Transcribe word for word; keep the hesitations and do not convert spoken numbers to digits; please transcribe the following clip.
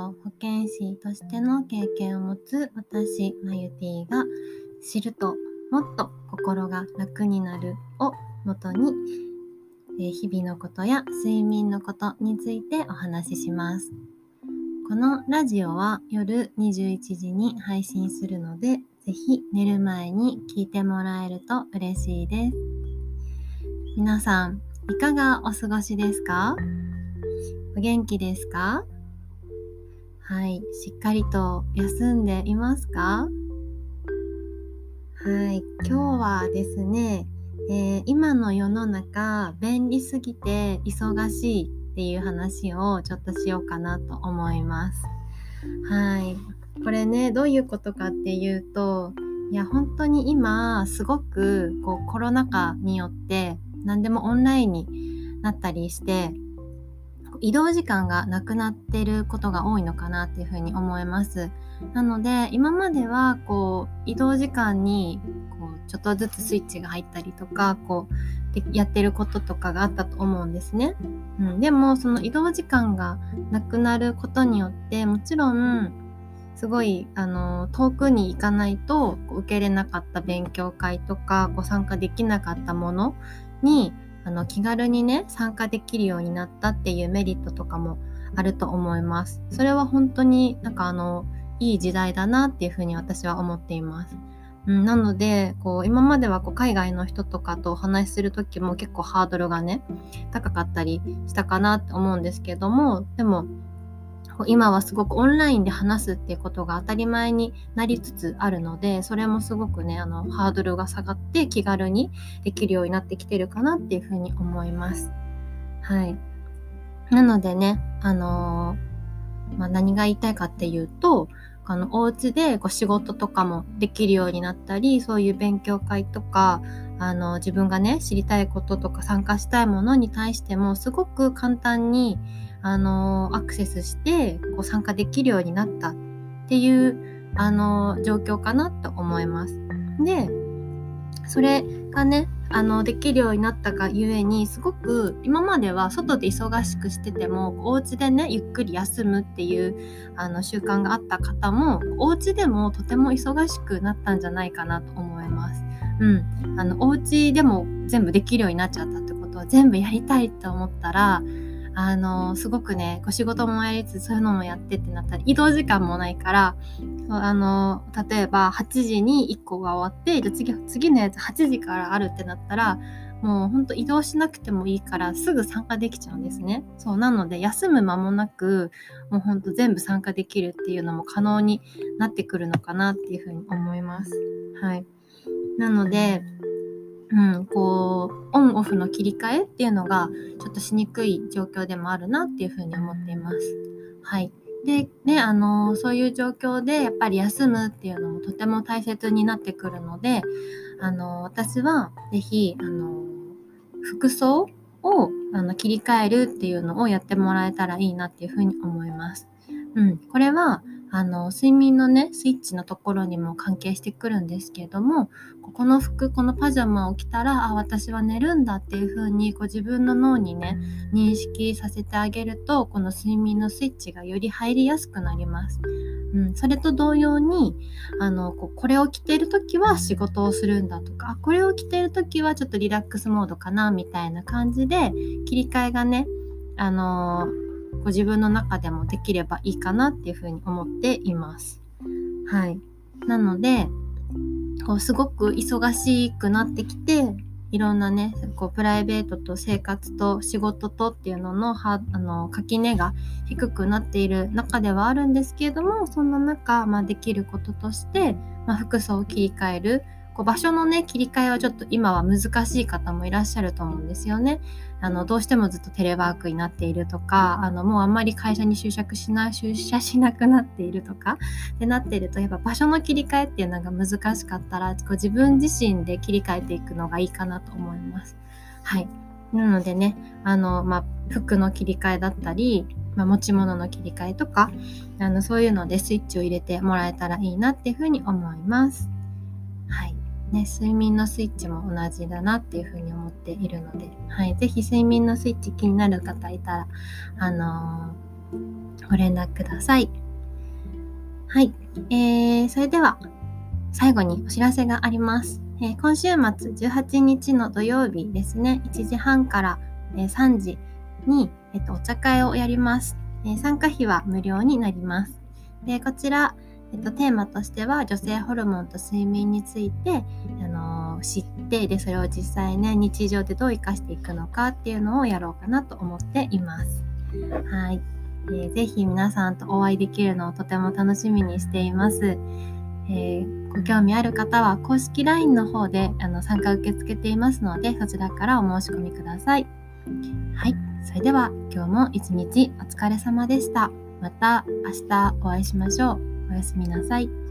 と保健師としての経験を持つ私まゆてぃが知るともっと心が楽になるをもとに、えー日々のことや睡眠のことについてお話しします。このラジオは夜にじゅういちじに配信するので、ぜひ寝る前に聞いてもらえると嬉しいです。皆さん、いかがお過ごしですか？お元気ですか？はい、しっかりと休んでいますか？はい、今日はですね、えー今の世の中便利すぎて忙しいっていう話をちょっとしようかなと思います。はい、これね、どういうことかっていうと、いや本当に今すごくこうコロナ禍によって何でもオンラインになったりして、移動時間がなくなってることが多いのかなっていうふうに思います。なので今まではこう移動時間にこうちょっとずつスイッチが入ったりとかこうでやってることとかがあったと思うんですね。うん、でもその移動時間がなくなることによってもちろんすごいあの遠くに行かないとこう受けれなかった勉強会とかこう参加できなかったものにあの気軽にね参加できるようになったっていうメリットとかもあると思います。それは本当になんかあのいい時代だなっていうふうに私は思っています。うん、なのでこう今まではこう海外の人とかとお話しする時も結構ハードルがね高かったりしたかなって思うんですけども、でもこう今はすごくオンラインで話すっていうことが当たり前になりつつあるので、それもすごくねあのハードルが下がって気軽にできるようになってきてるかなっていうふうに思います。はい。なのでね、あのーまあ、何が言いたいかっていうと、あのお家でこう仕事とかもできるようになったり、そういう勉強会とかあの自分がね知りたいこととか参加したいものに対してもすごく簡単にあのアクセスしてこう参加できるようになったっていうあの状況かなと思います。で、それがねあのできるようになったがゆえにすごく今までは外で忙しくしててもお家でねゆっくり休むっていうあの習慣があった方もお家でもとても忙しくなったんじゃないかなと思います。うん、あのお家でも全部できるようになっちゃったってことは全部やりたいと思ったらあのすごくねお仕事もやりつつそういうのもやってってなったら移動時間もないからあの例えばはちじにいっこが終わってじゃ次、次のやつはちじからあるってなったらもうほんと移動しなくてもいいからすぐ参加できちゃうんですね。そうなので休む間もなくもうほんと全部参加できるっていうのも可能になってくるのかなっていうふうに思います。はい。なのでうん、こうオンオフの切り替えっていうのがちょっとしにくい状況でもあるなっていうふうに思っています。はい。でね、あのそういう状況でやっぱり休むっていうのもとても大切になってくるので、あの私はぜひあの服装をあの切り替えるっていうのをやってもらえたらいいなっていうふうに思います。うん、これはあの睡眠のねスイッチのところにも関係してくるんですけれども、この服このパジャマを着たらあ私は寝るんだっていう風にこう自分の脳にね認識させてあげるとこの睡眠のスイッチがより入りやすくなります。うん、それと同様にあのこうこれを着ている時は仕事をするんだとか、これを着ている時はちょっとリラックスモードかなみたいな感じで切り替えがねあのこう自分の中でもできればいいかなっていう風に思っています。はい。なのでこうすごく忙しくなってきていろんなねこうプライベートと生活と仕事とっていうののはあの垣根が低くなっている中ではあるんですけれども、そんな中、まあ、できることとして、まあ、服装を切り替えるこう場所のね切り替えはちょっと今は難しい方もいらっしゃると思うんですよね。あのどうしてもずっとテレワークになっているとか、あのもうあんまり会社に就職しない出社しなくなっているとかってなっているとやっぱ場所の切り替えっていうのが難しかったらこう自分自身で切り替えていくのがいいかなと思います。はい。なのでねあの、まあ、服の切り替えだったり、まあ、持ち物の切り替えとかあのそういうのでスイッチを入れてもらえたらいいなっていうふうに思います。はい。ね、睡眠のスイッチも同じだなっていうふうに思っているので、はい、ぜひ睡眠のスイッチ気になる方いたら、あのご連絡ください。はい、えー、それでは最後にお知らせがあります。えー、今週末じゅうはちにちの土曜日ですね、いちじはんから、えー、さんじに、えっと、お茶会をやります。えー、参加費は無料になります。でこちら、えっと、テーマとしては女性ホルモンと睡眠について、あのー、知ってでそれを実際ね日常でどう生かしていくのかっていうのをやろうかなと思っています。はい、えー、ぜひ皆さんとお会いできるのをとても楽しみにしています。えー、ご興味ある方は公式 ライン の方であの参加受け付けていますので、そちらからお申し込みください。はい、それでは今日も一日お疲れ様でした。また明日お会いしましょう。おやすみなさい。